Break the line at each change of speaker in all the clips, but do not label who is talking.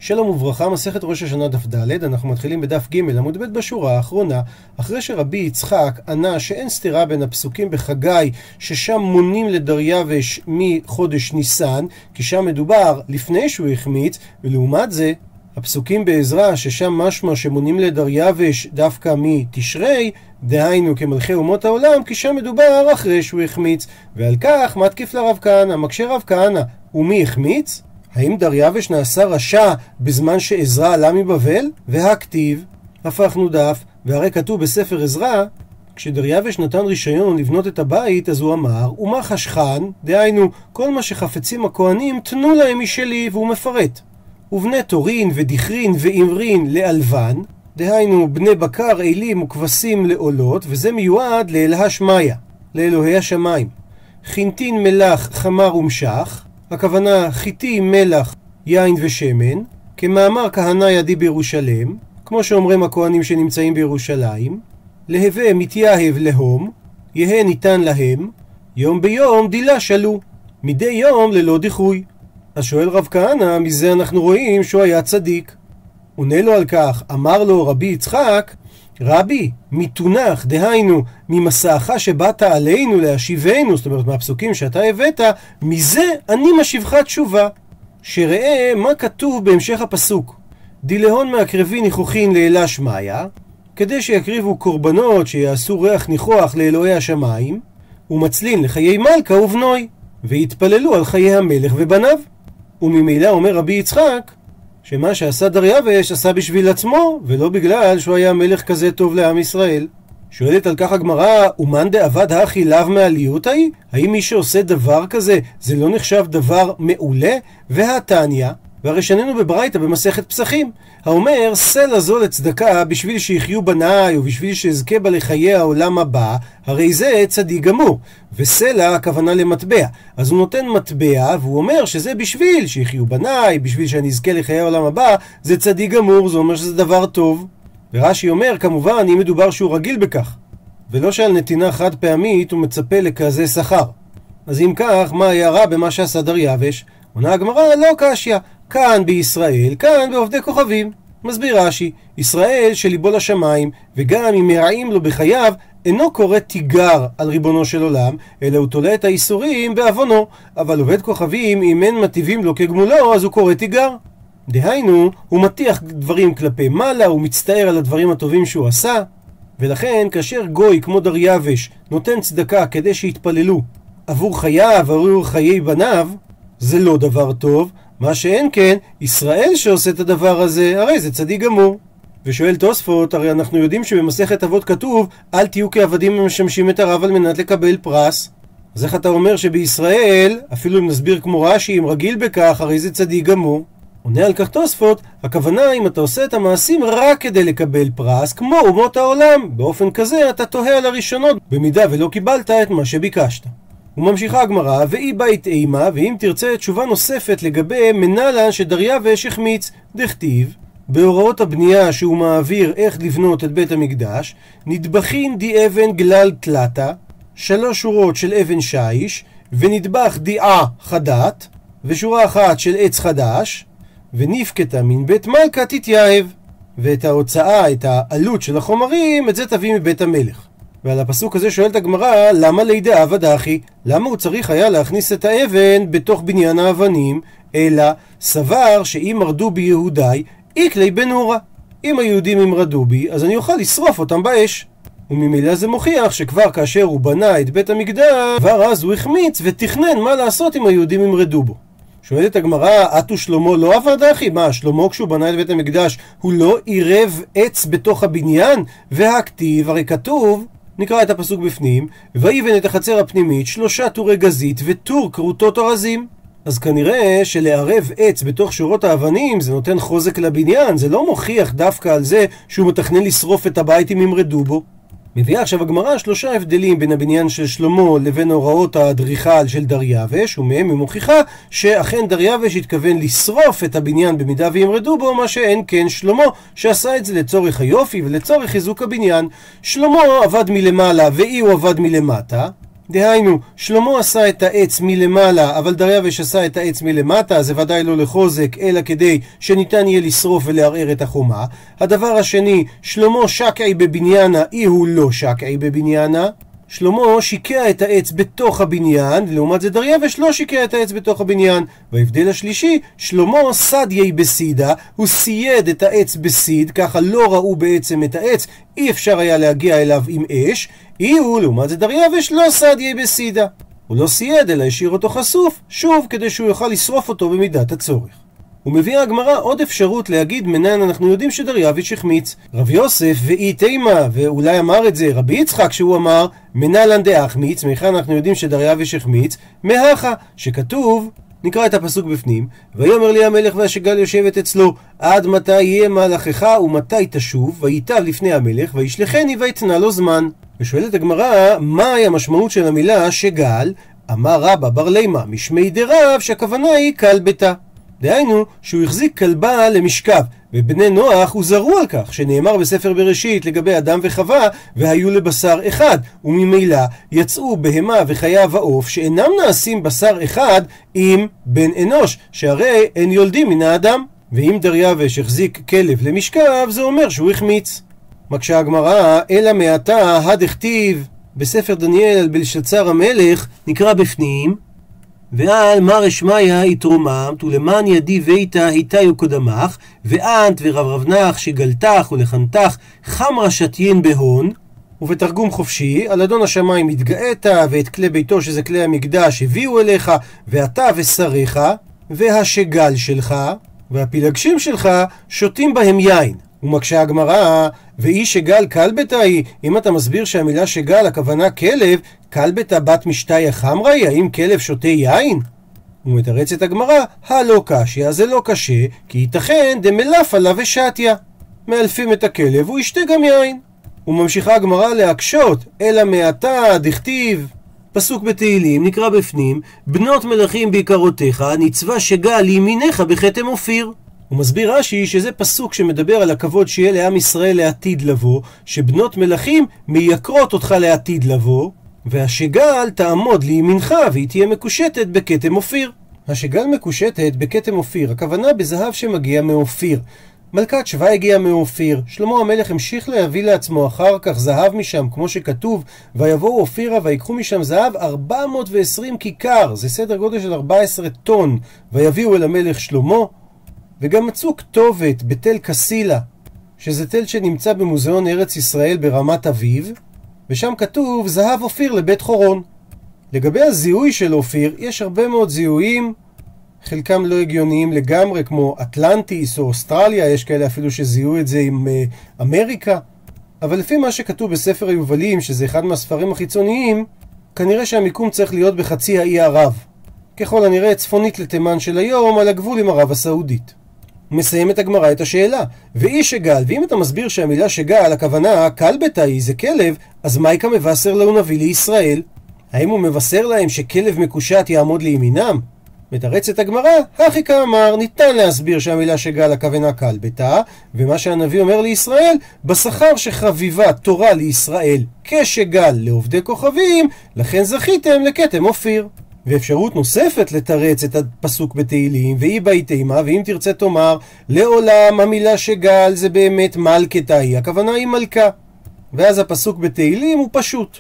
שלום וברכה, מסכת ראש השנה דף ד', אנחנו מתחילים בדף ג' עמוד ב' בשורה האחרונה. אחרי שרבי יצחק ענה שאין סתירה בין הפסוקים בחגי ששם מונים לדריווש מחודש ניסן, כי שם מדובר לפני שהוא החמיץ, ולעומת זה הפסוקים בעזרא ששם משמע שמונים לדריווש דווקא מתשרי, דהיינו כמלכי אומות העולם, כי שם מדובר אחרי שהוא החמיץ. ועל כך מתקיף לרב כהנא, מקשה רב כהנא, ומי החמיץ? האם דריווש נעשה רשע בזמן שעזרא עלה מבבל? והכתיב, הפכנו דף, והרי כתוב בספר עזרא, כשדריווש נתן רישיון לבנות את הבית, אז הוא אמר, ומה חשכן, דהיינו, כל מה שחפצים הכהנים תנו להם משלי, והוא מפרט. ובני תורין ודכרין ואמרין לאלבן, דהיינו בני בקר, אלים וכבשים לעולות, וזה מיועד לאלה שמיה, לאלוהי השמיים. חינטין מלח חמר ומשך, הכוונה חיטים, מלח, יין ושמן, כמאמר כהנא ידי בירושלם, כמו שאומרים הכהנים שנמצאים בירושלים, להווה מתייהב להום, יהא ניתן להם, יום ביום דילה שלו, מדי יום ללא דיחוי. אז שואל רב כהנא, מזה אנחנו רואים שהוא היה צדיק. עונה לו על כך, אמר לו רבי יצחק, רבי, מתונח, דהיינו, ממסעך שבאת עלינו להשיבנו, זאת אומרת מהפסוקים שאתה הבאת, מזה אני משיבך תשובה. שראה מה כתוב בהמשך הפסוק. דילהון מהקרבי ניחוחין לאלה שמיה, כדי שיקריבו קורבנות שיעשו ריח ניחוח לאלוהי השמיים, ומצלין לחיי מלכה ובנוי, והתפללו על חיי המלך ובניו. וממילא אומר רבי יצחק, שמה שעשה דריווש עשה בשביל עצמו, ולא בגלל שהוא היה מלך כזה טוב לעם ישראל. שואלת על כך הגמרא, ומאן דאבד הכי לאו מעליותאי? האם מי שעושה דבר כזה, זה לא נחשב דבר מעולה? והתניא, והרי שנינו בברייתא במסכת פסחים, האומר, סלע זו לצדקה בשביל שיחיו בניי, ובשביל שיזכה בה לחיי העולם הבא, הרי זה צדיק גמור. וסלע הכוונה למטבע. אז הוא נותן מטבע, והוא אומר שזה בשביל שיחיו בניי, בשביל שאני אזכה לחיי העולם הבא, זה צדיק גמור, זה אומר שזה דבר טוב. ורש"י אומר, כמובן, אם מדובר שהוא רגיל בכך, ולא שעל נתינה חד פעמית הוא מצפה לכזה שכר. אז אם כך, מה היה רע במה שעשה דריווש? עונה הגמרא, לא קשיא, כאן בישראל, כאן בעובדי כוכבים. מסביר רש"י, ישראל שליבו לשמיים, וגם אם מרעים לו בחייו, אינו קורא תיגר על ריבונו של עולם, אלא הוא תולה את האיסורים בעוונו. אבל עובד כוכבים, אם אין מטיבים לו כגמולו, אז הוא קורא תיגר. דהיינו, הוא מטיח דברים כלפי מעלה, הוא מצטער על הדברים הטובים שהוא עשה, ולכן כאשר גוי כמו דריווש נותן צדקה כדי שיתפללו עבור חייו, עבור חיי בניו, זה לא דבר טוב. מה שאין כן, ישראל שעושה את הדבר הזה, הרי זה צדיק גמור. ושואל תוספות, הרי אנחנו יודעים שבמסכת אבות כתוב, אל תהיו כעבדים המשמשים את הרב על מנת לקבל פרס. אז איך אתה אומר שבישראל, אפילו אם נסביר כמו רש"י, אם רגיל בכך, הרי זה צדיק גמור? עונה על כך תוספות, הכוונה אם אתה עושה את המעשים רק כדי לקבל פרס, כמו אומות העולם, באופן כזה אתה תוהה על הראשונות, במידה ולא קיבלת את מה שביקשת. וממשיכה הגמרא, ואי בית אימה, ואם תרצה תשובה נוספת לגבי מנהלן שדריווש החמיץ, דכתיב, בהוראות הבנייה שהוא מעביר איך לבנות את בית המקדש, נדבחין די אבן גלל תלתה, 3 שורות של אבן שיש, ונדבח דיעה חדת, ושורה אחת של עץ חדש, ונפקתה מן בית מלכה תתייהב. ואת ההוצאה, את העלות של החומרים, את זה תביא מבית המלך. ועל הפסוק הזה שואלת הגמרא, למה לידי עבד אחי? למה הוא צריך היה להכניס את האבן בתוך בניין האבנים? אלא סבר שאם מרדו בי יהודי, איקלי בנורה. אם היהודים ימרדו בי, אז אני אוכל לשרוף אותם באש. וממילא זה מוכיח שכבר כאשר הוא בנה את בית המקדש, כבר אז הוא החמיץ ותכנן מה לעשות אם היהודים ימרדו בו. שואלת הגמרא, אתו שלמה לא עבד אחי? מה, שלמה כשהוא בנה את בית המקדש, הוא לא עירב עץ בתוך הבניין? והכתיב, הרי כתוב, נקרא את הפסוק בפנים, ויבן את החצר הפנימית 3 טורי גזית וטור כרותות ארזים. אז כנראה שלערב עץ בתוך שורות האבנים זה נותן חוזק לבניין, זה לא מוכיח דווקא על זה שהוא מתכנן לשרוף את הבית אם ימרדו בו. מביאה עכשיו הגמרא 3 הבדלים בין הבניין של שלמה לבין הוראות האדריכל של דריווש, ומהם היא מוכיחה שאכן דריווש התכוון לשרוף את הבניין במידה וימרדו בו, מה שאין כן שלמה שעשה את זה לצורך היופי ולצורך חיזוק הבניין. שלמה עבד מלמעלה ואי הוא עבד מלמטה, דהיינו, שלמה עשה את העץ מלמעלה, אבל דריווש עשה את העץ מלמטה, זה ודאי לא לחוזק, אלא כדי שניתן יהיה לשרוף ולערער את החומה. הדבר השני, שלמה שקעי בבניינה, אי הוא לא שקעי בבניינה. שלמה שיקע את העץ בתוך הבניין, לעומת זה דריווש לא שיקע את העץ בתוך הבניין. וההבדל השלישי, שלמה סדיה בסידה, הוא סייד את העץ בסיד, ככה לא ראו בעצם את העץ, אי אפשר היה להגיע אליו עם אש. הוא, לעומת זה דריווש, לא סדיה בסידה, הוא לא סייד אלא השאיר אותו חשוף, שוב כדי שהוא יוכל לשרוף אותו במידת הצורך. ומביאה הגמרא עוד אפשרות להגיד מנין אנחנו יודעים שדריווש החמיץ. רב יוסף ואי תימה, ואולי אמר את זה רבי יצחק שהוא אמר מנלן דאחמיץ, מאיכן אנחנו יודעים שדריווש החמיץ? מהכה, שכתוב, נקרא את הפסוק בפנים, ויאמר לי המלך והשגל יושבת אצלו, עד מתי יהיה מהלכך ומתי תשוב, וייטב לפני המלך וישלחני ויתנה לו זמן. ושואלת הגמרא, מהי המשמעות של המילה שגל? אמר רבא בר לימה משמי דרב, שהכוונה היא כלבתה, דהיינו שהוא החזיק כלבה למשכב, ובני נוח הוזהרו על כך שנאמר בספר בראשית לגבי אדם וחווה והיו לבשר אחד, וממילא יצאו בהמה וחיה ועוף שאינם נעשים בשר אחד עם בן אנוש, שהרי אין יולדים מן האדם. ואם דריווש החזיק כלב למשכב, זה אומר שהוא החמיץ. מקשה הגמרא, אלא מעתה הדכתיב בספר דניאל על בלשצר המלך, נקרא בפנים, ועל מר אשמיה התרוממת ולמען ידי ביתה היתיו קודמך, ואנט ורב רבנך שגלתך ולחנתך חמרה שתיין בהון. ובתרגום חופשי, על אדון השמיים התגאית, ואת כלי ביתו שזה כלי המקדש הביאו אליך, ואתה ושריך והשגל שלך והפילגשים שלך שותים בהם יין. ומקשה הגמרא, ואי שגל כלבתה היא, אם אתה מסביר שהמילה שגל הכוונה כלב, כלבתה בת משתיה חמרה היא, האם כלב שותה יין? ומתרצת הגמרא, הלא קשיא, זה לא קשה, כי ייתכן דמלאף עליו ושתיה, מאלפים את הכלב הוא ישתה גם יין. וממשיכה הגמרא להקשות, אלא מעתה דכתיב פסוק בתהילים, נקרא בפנים, בנות מלכים בעיקרותיך נצבע שגל לימינך בכתם אופיר. הוא מסביר רש"י שזה פסוק שמדבר על הכבוד שיהיה לעם ישראל לעתיד לבוא, שבנות מלכים מייקרות אותך לעתיד לבוא, והשגל תעמוד לימינך והיא תהיה מקושטת בכתם אופיר. השגל מקושטת בכתם אופיר, הכוונה בזהב שמגיע מאופיר. מלכת שבא הגיעה מאופיר, שלמה המלך המשיך להביא לעצמו אחר כך זהב משם, כמו שכתוב, ויבואו אופירה ויקחו משם זהב 420 כיכר, זה סדר גודל של 14 טון, ויביאו אל המלך שלמה. וגם מצאו כתובת בתל קסילה, שזה תל שנמצא במוזיאון ארץ ישראל ברמת אביב, ושם כתוב זהב אופיר לבית חורון. לגבי הזיהוי של אופיר, יש הרבה מאוד זיהויים, חלקם לא הגיוניים לגמרי, כמו אטלנטיס או אוסטרליה, יש כאלה אפילו שזיהו את זה עם אמריקה, אבל לפי מה שכתוב בספר היובלים, שזה אחד מהספרים החיצוניים, כנראה שהמיקום צריך להיות בחצי האי ערב, ככל הנראה צפונית לתימן של היום, על הגבול עם ערב הסעודית. מסיים את הגמרא את השאלה, ואי שגל, ואם אתה מסביר שהמילה שגל, הכוונה כלבתה היא, זה כלב, אז מייקה מבשר לו נביא לישראל? האם הוא מבשר להם שכלב מקושט יעמוד לימינם? מתרצת הגמרא, הכי כאמר, ניתן להסביר שהמילה שגל הכוונה כלבתה, ומה שהנביא אומר לישראל, בשכר שחביבה תורה לישראל כשגל לעובדי כוכבים, לכן זכיתם לכתם אופיר. ואפשרות נוספת לתרץ את הפסוק בתהילים, והיא בהתאימה, ואם תרצה תאמר, לעולם המילה שגל זה באמת מלכתה היא, הכוונה היא מלכה. ואז הפסוק בתהילים הוא פשוט.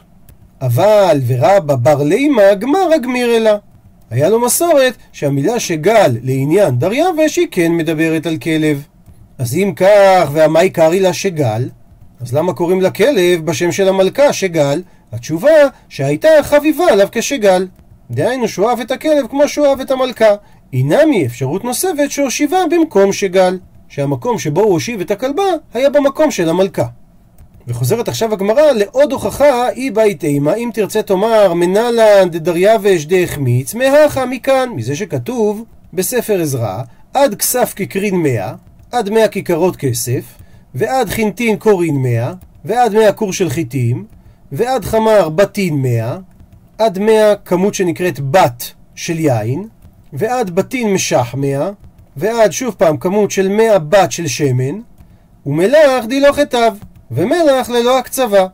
אבל ורבא בר לימה גמר הגמיר אלה. היה לו מסורת שהמילה שגל לעניין דריווש היא כן מדברת על כלב. אז אם כך, והמאי קרי לה שגל, אז למה קוראים לה כלב בשם של המלכה שגל? התשובה שהייתה חביבה עליו כשגל. דהיינו שהוא אהב את הכלב כמו שהוא אהב את המלכה. אינמי אפשרות נוספת שהושיבה במקום שגל, שהמקום שבו הוא הושיב את הכלבה היה במקום של המלכה. וחוזרת עכשיו הגמרא לעוד הוכחה, אי בהתאימה, אם תרצה תאמר מנלן דדריווש דהחמיץ, מהכה מכאן, מזה שכתוב בספר עזרא, עד כסף כקרין 100, עד 100 כיכרות כסף, ועד חינטין קורין 100, ועד 100 קור של חיטים, ועד חמר בתין 100, עד 100 כמות שנקראת בת של יין, ועד בתין משח 100, ועד שוב פעם כמות של 100 בת של שמן, ומלח דילוך אתיו, ומלח ללא הקצבה.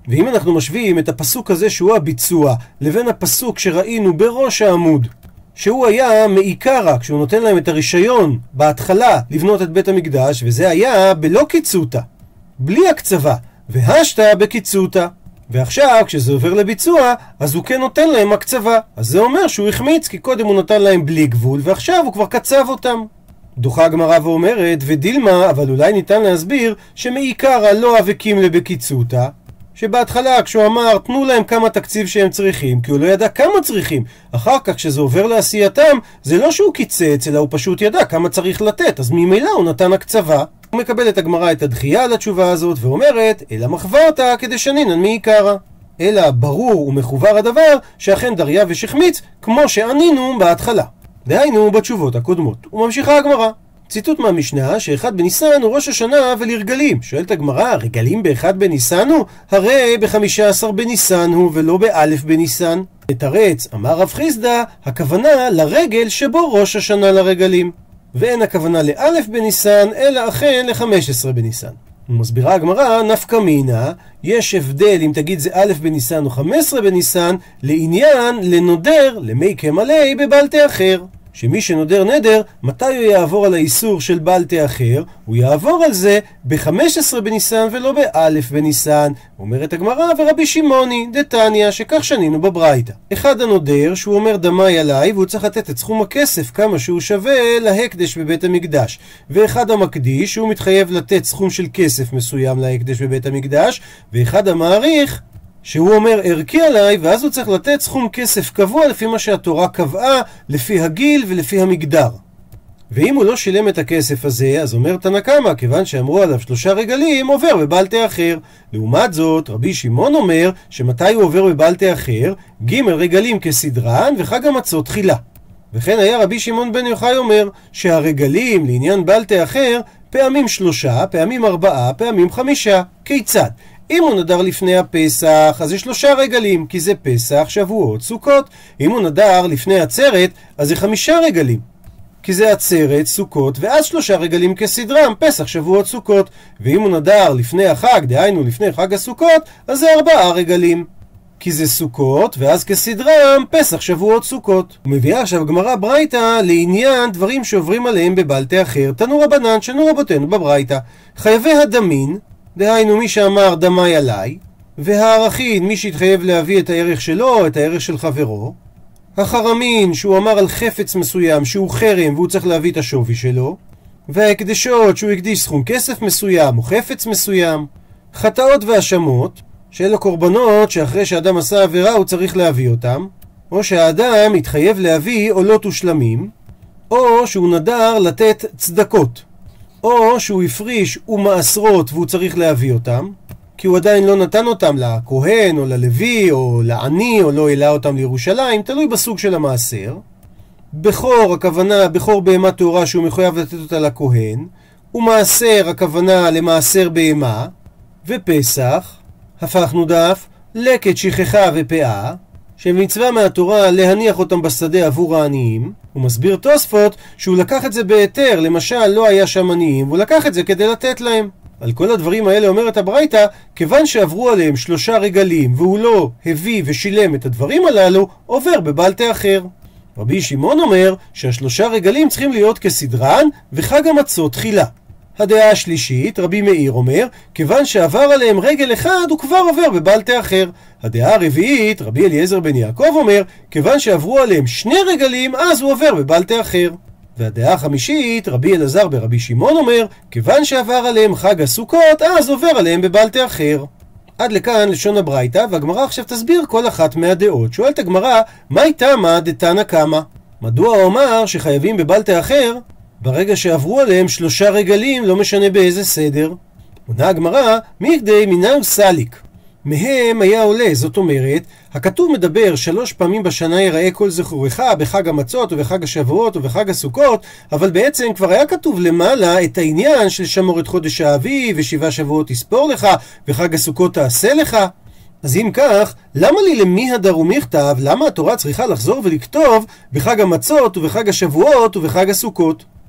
ואם אנחנו משווים את הפסוק הזה שהוא הביצוע לבין הפסוק שראינו בראש העמוד, שהוא היה מעיקרא, כשהוא נותן להם את הרישיון בהתחלה לבנות את בית המקדש, וזה היה בלא קיצותא, בלי הקצבה, והשתא בקיצותא. ועכשיו כשזה עובר לביצוע, אז הוא כן נותן להם הקצבה. אז זה אומר שהוא החמיץ, כי קודם הוא נתן להם בלי גבול, ועכשיו הוא כבר קצב אותם. דוחה הגמרא ואומרת, ודילמה, אבל אולי ניתן להסביר שמעיקרא לא אבקים לבקיצותא, שבהתחלה כשהוא אמר תנו להם כמה תקציב שהם צריכים, כי הוא לא ידע כמה צריכים. אחר כך כשזה עובר לעשייתם, זה לא שהוא קיצץ, אלא הוא פשוט ידע כמה צריך לתת, אז ממילא הוא נתן הקצבה. הוא מקבל את הגמרא את הדחייה על התשובה הזאת ואומרת, אלא מחברתא כדשנינן מעיקרא. אלא ברור ומחובר הדבר שאכן דריווש החמיץ כמו שענינו בהתחלה, דהיינו בתשובות הקודמות. וממשיכה הגמרא, ציטוט מהמשנה שאחד בניסן הוא ראש השנה ולרגלים. שואלת הגמרא, רגלים באחד בניסן הוא? הרי ב15 בניסן הוא ולא באלף בניסן. נתרץ, אמר רב חיסדא, הכוונה לרגל שבו ראש השנה לרגלים, ואין הכוונה לאלף בניסן אלא אכן ל15 בניסן. ומסבירה הגמרא, נפקא מינה, יש הבדל אם תגיד זה א' בניסן או 15 בניסן לעניין לנודר למי כמלא בבלטה אחר, שמי שנודר נדר, מתי הוא יעבור על האיסור של בלטה אחר? הוא יעבור על זה ב15 בניסן ולא באלף בניסן. אומרת הגמרא, ורבי שמעוני דתניא, שכך שנינו בברייתא. אחד הנודר שהוא אומר דמי עליי, והוא צריך לתת את סכום הכסף כמה שהוא שווה להקדש בבית המקדש, ואחד המקדיש שהוא מתחייב לתת סכום של כסף מסוים להקדש בבית המקדש, ואחד המעריך שהוא אומר ערכי עליי, ואז הוא צריך לתת סכום כסף קבוע לפי מה שהתורה קבעה, לפי הגיל ולפי המגדר. ואם הוא לא שילם את הכסף הזה, אז אומר תנא קמא, כיוון שאמרו עליו 3 רגלים, עובר בבלטה אחר. לעומת זאת, רבי שמעון אומר שמתי הוא עובר בבלטה אחר? ג' רגלים כסדרן וחג המצות תחילה. וכן היה רבי שמעון בן יוחאי אומר שהרגלים לעניין בלטה אחר פעמים 3, פעמים 4, פעמים 5. כיצד? אם הוא נדר לפני הפסח, אז זה 3 רגלים, כי זה פסח, שבועות, סוכות. אם הוא נדר לפני עצרת, אז זה 5 רגלים, כי זה עצרת, סוכות, ואז 3 רגלים כסדרם, פסח, שבועות, סוכות. ואם הוא נדר לפני החג, דהיינו לפני חג הסוכות, אז זה 4 רגלים, כי זה סוכות, ואז כסדרם, פסח, שבועות, סוכות. הוא מביא עכשיו גמרא ברייתא לעניין דברים שעוברים עליהם בבלטה אחר. תנו רבנן, שנו רבותינו בברייתא, חייבי הדמין, דהיינו מי שאמר דמי עליי, והערכין מי שהתחייב להביא את הערך שלו, את הערך של חברו, החרמין שהוא אמר על חפץ מסוים שהוא חרם והוא צריך להביא את השווי שלו, וההקדשות שהוא הקדיש סכום כסף מסוים או חפץ מסוים, חטאות והאשמות שאלה קורבנות שאחרי שאדם עשה עבירה הוא צריך להביא אותם, או שהאדם התחייב להביא עולות ושלמים, או שהוא נדר לתת צדקות, או שהוא הפריש ומעשרות והוא צריך להביא אותם, כי הוא עדיין לא נתן אותם לכהן או ללוי או לעני או לא העלה אותם לירושלים, תלוי בסוג של המעשר. בכור, הכוונה בכור בהמה טהורה שהוא מחויב לתת אותה לכהן, ומעשר, הכוונה למעשר בהמה. ופסח, הפכנו דף, לקט, שכחה ופאה, שמצווה מהתורה להניח אותם בשדה עבור העניים. הוא מסביר תוספות שהוא לקח את זה בהיתר, למשל לא היה שם עניים, והוא לקח את זה כדי לתת להם. על כל הדברים האלה אומרת הברייתא, כיוון שעברו עליהם 3 רגלים והוא לא הביא ושילם את הדברים הללו, עובר בבלטה אחר. רבי שמעון אומר שה3 רגלים צריכים להיות כסדרן וחג המצות תחילה. הדעה השלישית, רבי מאיר אומר, כיוון שעבר עליהם רגל אחד הוא כבר עובר בבלטה אחר. הדעה הרביעית, רבי אליעזר בן יעקב אומר, כיוון שעברו עליהם 2 רגלים אז הוא עובר בבלטה אחר. והדעה החמישית, רבי אלעזר ברבי שמעון אומר, כיוון שעבר עליהם חג הסוכות אז עובר עליהם בבלטה אחר. עד לכאן לשון הברייתא, והגמרא עכשיו תסביר כל אחת מהדעות. שואלת הגמרא, מהי תמה דתנא קמא? מדוע אומר שחייבים בבלטה אחר ברגע שעברו עליהם 3 רגלים, לא משנה באיזה סדר? עונה הגמרא, מכדי מינהו סליק, מהם היה עולה. זאת אומרת, הכתוב מדבר 3 פעמים בשנה יראה כל זכורך, בחג המצות ובחג השבועות ובחג הסוכות, אבל בעצם כבר היה כתוב למעלה את העניין של שמור את חודש האביב ו7 שבועות תספור לך וחג הסוכות תעשה לך. אז אם כך, למה לי למי הדר ומכתב? למה התורה צריכה לחזור ולכתוב בחג המצות ובחג השבועות ובחג הסוכות?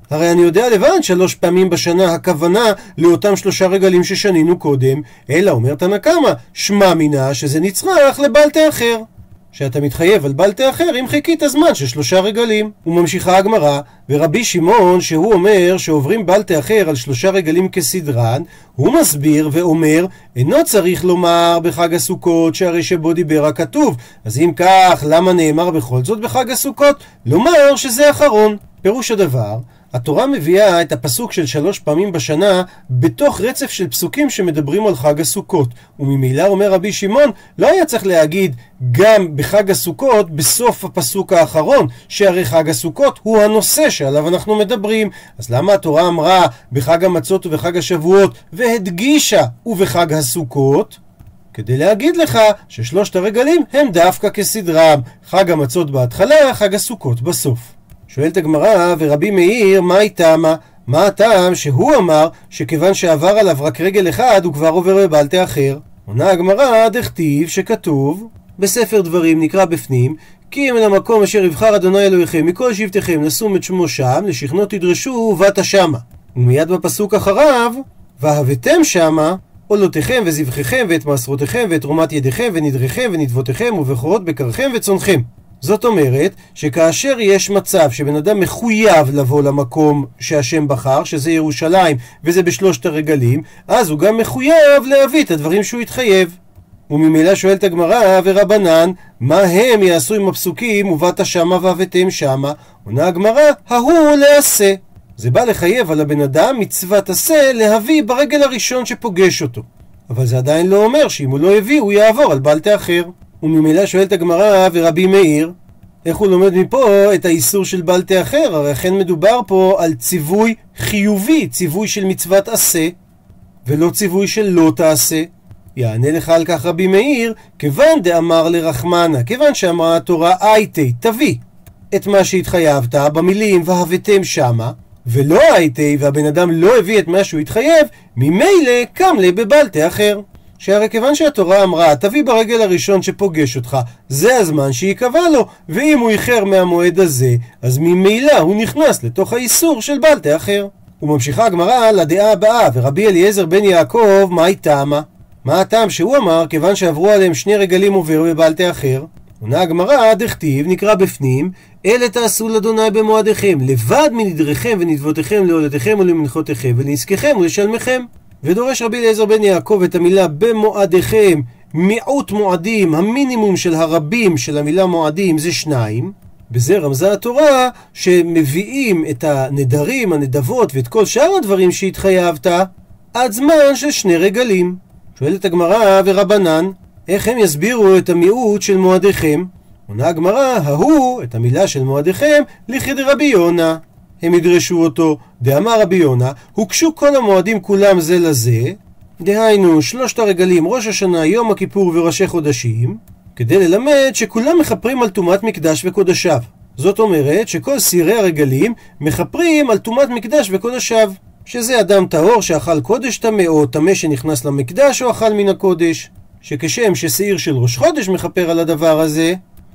הרי אני יודע לבד 3 פעמים בשנה הכוונה לאותם 3 רגלים ששנינו קודם, אלא אומר תנא קמא, שמע מינה שזה נצרך לבל תאחר. שאתה מתחייב על בל תאחר אם חיכית הזמן של 3 רגלים. וממשיכה הגמרא, ורבי שמעון שהוא אומר שעוברים בל תאחר על 3 רגלים כסדרן, הוא מסביר ואומר, אינו צריך לומר בחג הסוכות שהרי שבו דיבר הכתוב. אז אם כך, למה נאמר בכל זאת בחג הסוכות? לומר שזה אחרון. פירוש הדבר, התורה מביאה את הפסוק של 3 פעמים בשנה בתוך רצף של פסוקים שמדברים על חג הסוכות, וממילא אומר רבי שמעון לא היה צריך להגיד גם בחג הסוכות בסוף הפסוק האחרון, שהרי חג הסוכות הוא הנושא שעליו אנחנו מדברים. אז למה התורה אמרה בחג המצות ובחג השבועות והדגישה ובחג הסוכות? כדי להגיד לך ש3 הרגלים הם דווקא כסדרם, חג המצות בהתחלה, חג הסוכות בסוף. שואלת הגמרא, ורבי מאיר, מה איתמה? מה הטעם שהוא אמר שכיוון שעבר עליו רק רגל אחד הוא כבר עובר בבל תאחר? עונה הגמרא, דכתיב שכתוב בספר דברים, נקרא בפנים, כי אם אל המקום אשר יבחר אדוני אלוהיכם מכל שבטיכם לשום את שמו שם, לשכנו תדרשו ובאת שמה. ומיד בפסוק אחריו, והבאתם שמה עולותיכם וזבחיכם ואת מעשרותיכם ואת תרומת ידיכם ונדריכם ונדבותיכם ובכורות בקרכם וצונכם. זאת אומרת שכאשר יש מצב שבן אדם מחויב לבוא למקום שהשם בחר, שזה ירושלים וזה ב3 הרגלים, אז הוא גם מחויב להביא את הדברים שהוא התחייב. וממילא שואלת הגמרא, ורבנן, מה הם יעשו עם הפסוקים ובאת שמה והבאתם שמה? עונה הגמרא, ההוא לעשה. זה בא לחייב על הבן אדם מצוות עשה להביא ברגל הראשון שפוגש אותו, אבל זה עדיין לא אומר שאם הוא לא הביא הוא יעבור על בל תאחר. וממילא שואלת הגמרא, ורבי מאיר, איך הוא לומד מפה את האיסור של בל תאחר? הרי אכן מדובר פה על ציווי חיובי, ציווי של מצוות עשה, ולא ציווי של לא תעשה. יענה לך על כך רבי מאיר, כיוון דאמר לרחמנה, כיוון שאמרה התורה הייתי, תביא את מה שהתחייבת במילים והבאתם שמה, ולא הייתי והבן אדם לא הביא את מה שהוא התחייב, ממילא קם לה בבל תאחר. שהרי כיוון שהתורה אמרה תביא ברגל הראשון שפוגש אותך, זה הזמן שיקבע לו, ואם הוא איחר מהמועד הזה אז ממילא הוא נכנס לתוך האיסור של בל תאחר. וממשיכה הגמרא לדעה הבאה, ורבי אליעזר בן יעקב, מה איתמה? מה הטעם שהוא אמר כיוון שעברו עליהם 2 רגלים עובר בבל תאחר? עונה הגמרא, דכתיב, נקרא בפנים, אלה תעשו לאדוני במועדיכם, לבד מנדריכם ונדבותיכם לעולותיכם ולמנחותיכם ולעסקיכם ולשלמכם. ודורש רבי אליעזר בן יעקב את המילה במועדיכם, מיעוט מועדים, המינימום של הרבים של המילה מועדים זה 2. בזה רמזה התורה שמביאים את הנדרים, הנדבות ואת כל שאר הדברים שהתחייבת עד זמן של 2 רגלים. שואלת הגמרא, ורבנן, איך הם יסבירו את המיעוט של מועדיכם? עונה הגמרא, ההוא, את המילה של מועדיכם, לכדי רבי יונה. הם ידרשו אותו, דאמר רבי יונה, הוקשו כל המועדים כולם זה לזה, דהיינו 3 הרגלים, ראש השנה, יום הכיפור וראשי חודשים, כדי ללמד שכולם מחפרים על טומאת מקדש וקודשיו. זאת אומרת שכל סירי הרגלים מחפרים על טומאת מקדש וקודשיו, שזה אדם טהור שאכל קודש טמא או טמא שנכנס למקדש או אכל מן הקודש, שכשם ששעיר של ראש חודש מחפר על הדבר הזה,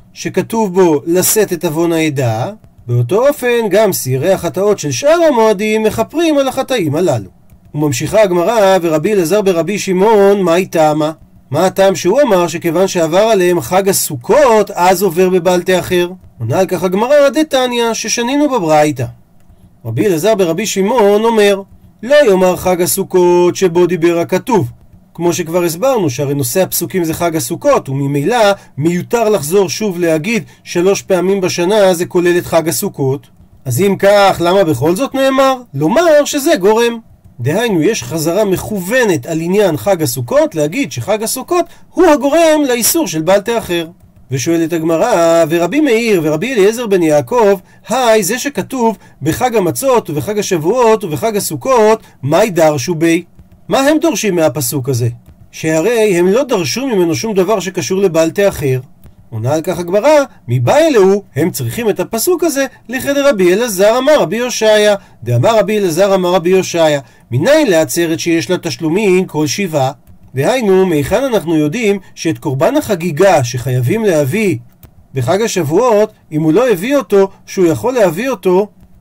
שכתוב בו לשאת את עוון העדה, באותו אופן גם סירי החטאות של שאר המועדים מחפרים על החטאים הללו. וממשיכה הגמרא, ורבי אלעזר ברבי שמעון, מה איתמה? מה הטעם שהוא אמר שכיוון שעבר עליהם חג הסוכות אז עובר בבל תאחר? עונה על כך הגמרא, דתניא, ששנינו בברייתא. רבי אלעזר ברבי שמעון אומר, לא יאמר חג הסוכות שבו דיבר הכתוב, כמו שכבר הסברנו שהרי נושא הפסוקים זה חג הסוכות, וממילא מיותר לחזור שוב להגיד 3 פעמים בשנה זה כולל את חג הסוכות. אז אם כך, למה בכל זאת נאמר? לומר שזה גורם. דהיינו, יש חזרה מכוונת על עניין חג הסוכות, להגיד שחג הסוכות הוא הגורם לאיסור של בל תאחר. ושואלת הגמרא, ורבי מאיר ורבי אליעזר בן יעקב, היי, זה שכתוב בחג המצות ובחג השבועות ובחג הסוכות, מה ידרשו בי? מה הם דורשים מהפסוק הזה? שהרי הם לא דרשו ממנו שום דבר שקשור לבל תאחר. עונה על כך הגמרא, מבא אלוהו, הם צריכים את הפסוק הזה לכדי רבי אלעזר אמר רבי יושעיה. דאמר רבי אלעזר אמר רבי יושעיה, מניין לעצרת שיש לה תשלומים כל 7? דהיינו, מהיכן אנחנו יודעים שאת קורבן החגיגה שחייבים להביא בחג השבועות, אם הוא לא הביא אותו, שהוא יכול להביא אותו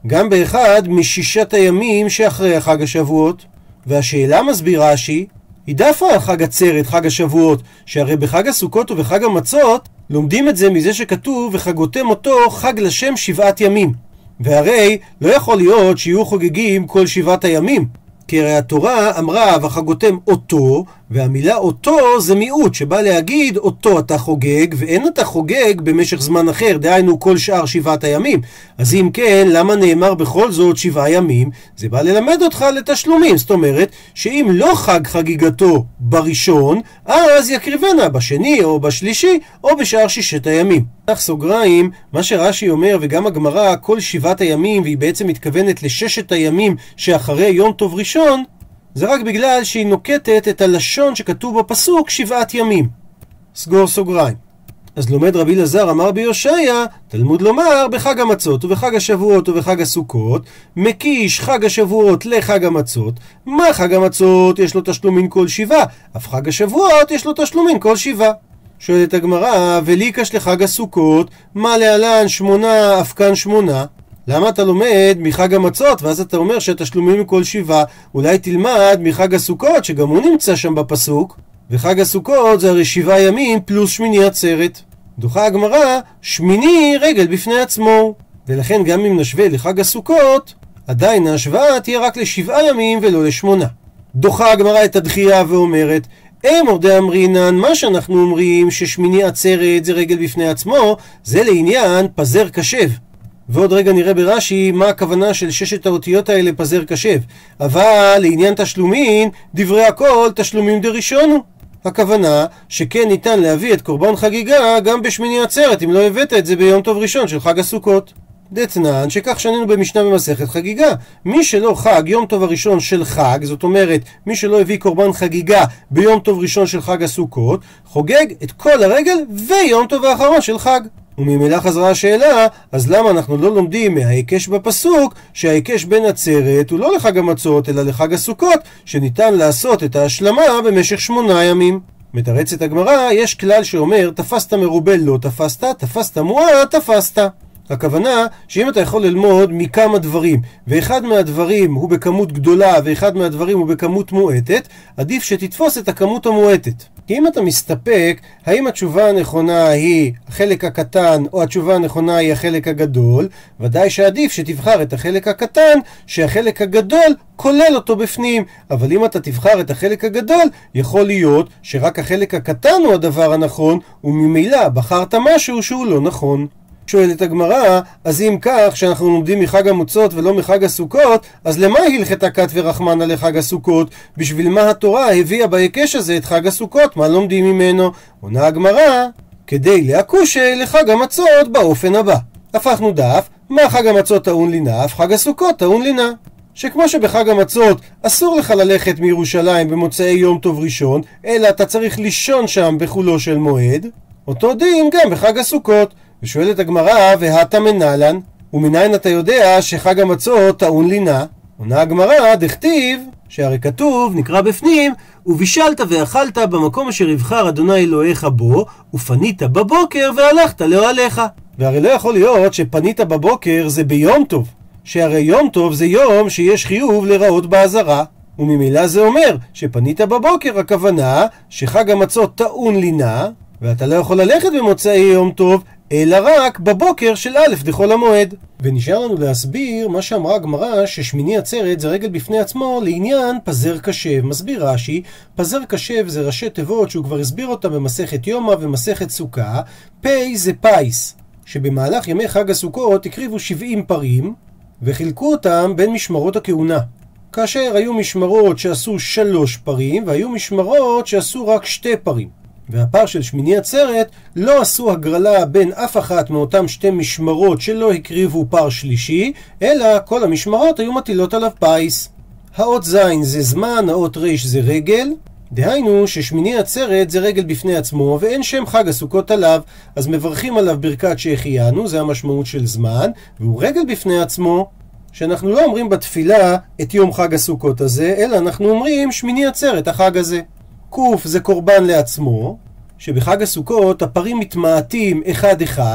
גם באחד מששת הימים שאחרי חג השבועות. והשאלה, מסביר רש"י, היא דווקא על חג עצרת, חג השבועות, שהרי בחג הסוכות ובחג המצות לומדים את זה מזה שכתוב וחגותם אותו חג לשם 7 ימים. והרי לא יכול להיות שיהיו חוגגים כל 7 הימים, כי הרי התורה אמרה וחגותם אותו, והמילה אותו זה מיעוט שבא להגיד אותו אתה חוגג, ואין אתה חוגג במשך זמן אחר, דהיינו כל שאר 7 הימים. אז אם כן, למה נאמר בכל זאת 7 ימים? זה בא ללמד אותך לתשלומים. זאת אומרת שאם לא חג חגיגתו בראשון, אז יקריבנה בשני או בשלישי או בשאר 6 הימים. כך סוגריים, מה שרש"י אומר וגם הגמרא, כל 7 הימים, והיא בעצם מתכוונת ל6 הימים שאחרי יום טוב ראשון, זה רק בגלל שהיא נוקטת את הלשון שכתוב בפסוק 7 ימים. סגור סוגריים. אז לומד רבי אלעזר אמר ביושעיה, תלמוד לומר בחג המצות ובחג השבועות ובחג הסוכות, מקיש חג השבועות לחג המצות. מה חג המצות? יש לו תשלומין כל 7, אף חג השבועות יש לו תשלומין כל 7. שואלת הגמרא, וליקש לחג הסוכות, מה להלן 8 אף כאן 8? למה אתה לומד מחג המצות ואז אתה אומר שהתשלומים מכל 7? אולי תלמד מחג הסוכות שגם הוא נמצא שם בפסוק, וחג הסוכות זה הרי 7 ימים פלוס שמיני עצרת. דוחה הגמרא, שמיני רגל בפני עצמו, ולכן גם אם נשווה לחג הסוכות עדיין ההשוואה תהיה רק ל7 ימים ולא ל8. דוחה הגמרא את הדחייה ואומרת, אמור דאמרינן, מה שאנחנו אומרים ששמיני עצרת זה רגל בפני עצמו, זה לעניין פזר קשב. ועוד רגע נראה ברש"י מה הכוונה של 6 האותיות האלה פזר קשב. אבל לעניין תשלומין, דברי הכל תשלומים דראשונו. הכוונה שכן ניתן להביא את קורבן חגיגה גם בשמיני עצרת, אם לא הבאת את זה ביום טוב ראשון של חג הסוכות. דתנן, שכך שנינו במשנה במסכת חגיגה, מי שלא חג יום טוב הראשון של חג, זאת אומרת מי שלא הביא קורבן חגיגה ביום טוב ראשון של חג הסוכות, חוגג את כל הרגל ויום טוב האחרון של חג. וממילא חזרה השאלה, אז למה אנחנו לא לומדים מההיקש בפסוק שההיקש בין עצרת הוא לא לחג המצות אלא לחג הסוכות, שניתן לעשות את ההשלמה במשך 8 ימים? מתרצת הגמרא, יש כלל שאומר תפסת מרובה לא תפסת, תפסת מועט תפסת. הכוונה שאם אתה יכול ללמוד מכמה דברים, ואחד מהדברים הוא בכמות גדולה ואחד מהדברים הוא בכמות מועטת, עדיף שתתפוס את הכמות המועטת. כי אם אתה מסתפק האם התשובה הנכונה היא החלק הקטן או התשובה הנכונה היא החלק הגדול, ודאי שעדיף שתבחר את החלק הקטן שהחלק הגדול כולל אותו בפנים. אבל אם אתה תבחר את החלק הגדול, יכול להיות שרק החלק הקטן הוא הדבר הנכון, וממילא בחרת משהו שהוא לא נכון. שואלת הגמרא, אז אם כך שאנחנו לומדים מחג המצות ולא מחג הסוכות, אז למה הלכתה כת ורחמנה לחג הסוכות? בשביל מה התורה הביאה בהיקש הזה את חג הסוכות? מה לומדים ממנו? עונה הגמרא, כדי להקושי לחג המצות באופן הבא. הפכנו דף, מה חג המצות טעון לינה, אף חג הסוכות טעון לינה. שכמו שבחג המצות אסור לך ללכת מירושלים במוצאי יום טוב ראשון, אלא אתה צריך לישון שם בחולו של מועד, אותו דין גם בחג הסוכות. ושואלת הגמרא, והתה מנהלן, ומניין אתה יודע שחג המצות טעון לינה? עונה הגמרא, דכתיב, שהרי כתוב, נקרא בפנים, ובישלת ואכלת במקום אשר יבחר אדוני אלוהיך בו, ופנית בבוקר והלכת לאוהליך. והרי לא יכול להיות שפנית בבוקר זה ביום טוב, שהרי יום טוב זה יום שיש חיוב לראות בעזרה, וממילא זה אומר שפנית בבוקר, הכוונה שחג המצות טעון לינה, ואתה לא יכול ללכת במוצאי יום טוב, אלא רק בבוקר של א' דחול המועד. ונשאר לנו להסביר מה שאמרה הגמרא, ששמיני עצרת זה רגל בפני עצמו לעניין פזר קשב. מסביר רש"י, פזר קשב זה ראשי תיבות שהוא כבר הסביר אותה במסכת יומא ומסכת סוכה. פי זה פייס, שבמהלך ימי חג הסוכות הקריבו 70 פרים וחילקו אותם בין משמרות הכהונה, כאשר היו משמרות שעשו 3 פרים והיו משמרות שעשו רק 2 פרים. והפר של שמיני עצרת לא עשו הגרלה בין אף אחת מאותם 2 משמרות שלא הקריבו פר שלישי, אלא כל המשמרות היו מטילות עליו פייס. האות זין זה זמן, האות ריש זה רגל, דהיינו ששמיני עצרת זה רגל בפני עצמו ואין שם חג הסוכות עליו, אז מברכים עליו ברכת שהחיינו, זה המשמעות של זמן, והוא רגל בפני עצמו, שאנחנו לא אומרים בתפילה את יום חג הסוכות הזה, אלא אנחנו אומרים שמיני עצרת החג הזה. קוף זה קורבן לעצמו, שבחג הסוכות הפרים מתמעטים אחד אחד,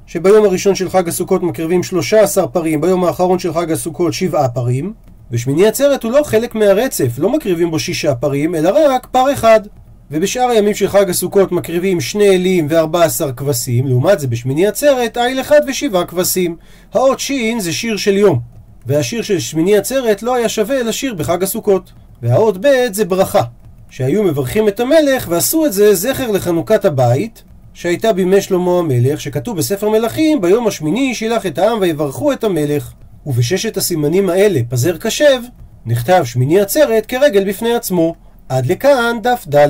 שביום הראשון של חג הסוכות מקריבים 13 פרים, ביום האחרון של חג הסוכות 7 פרים, ושמיני עצרת הוא לא חלק מהרצף, לא מקריבים בו 6 פרים, אלא רק פר אחד. ובשאר הימים של חג הסוכות מקריבים 2 אלים ו14 כבשים, לעומת זה בשמיני עצרת איל אחד ו7 כבשים. האות שין זה שיר של יום, והשיר של שמיני עצרת לא היה שווה לשיר בחג הסוכות. והאות ב' זה ברכה, שהיו מברכים את המלך, ועשו את זה זכר לחנוכת הבית שהייתה בימי שלמה המלך, שכתוב בספר מלכים, ביום השמיני שילח את העם ויברכו את המלך. ובששת הסימנים האלה, פזר קשב, נכתב שמיני עצרת כרגל בפני עצמו. עד לכאן דף ד'.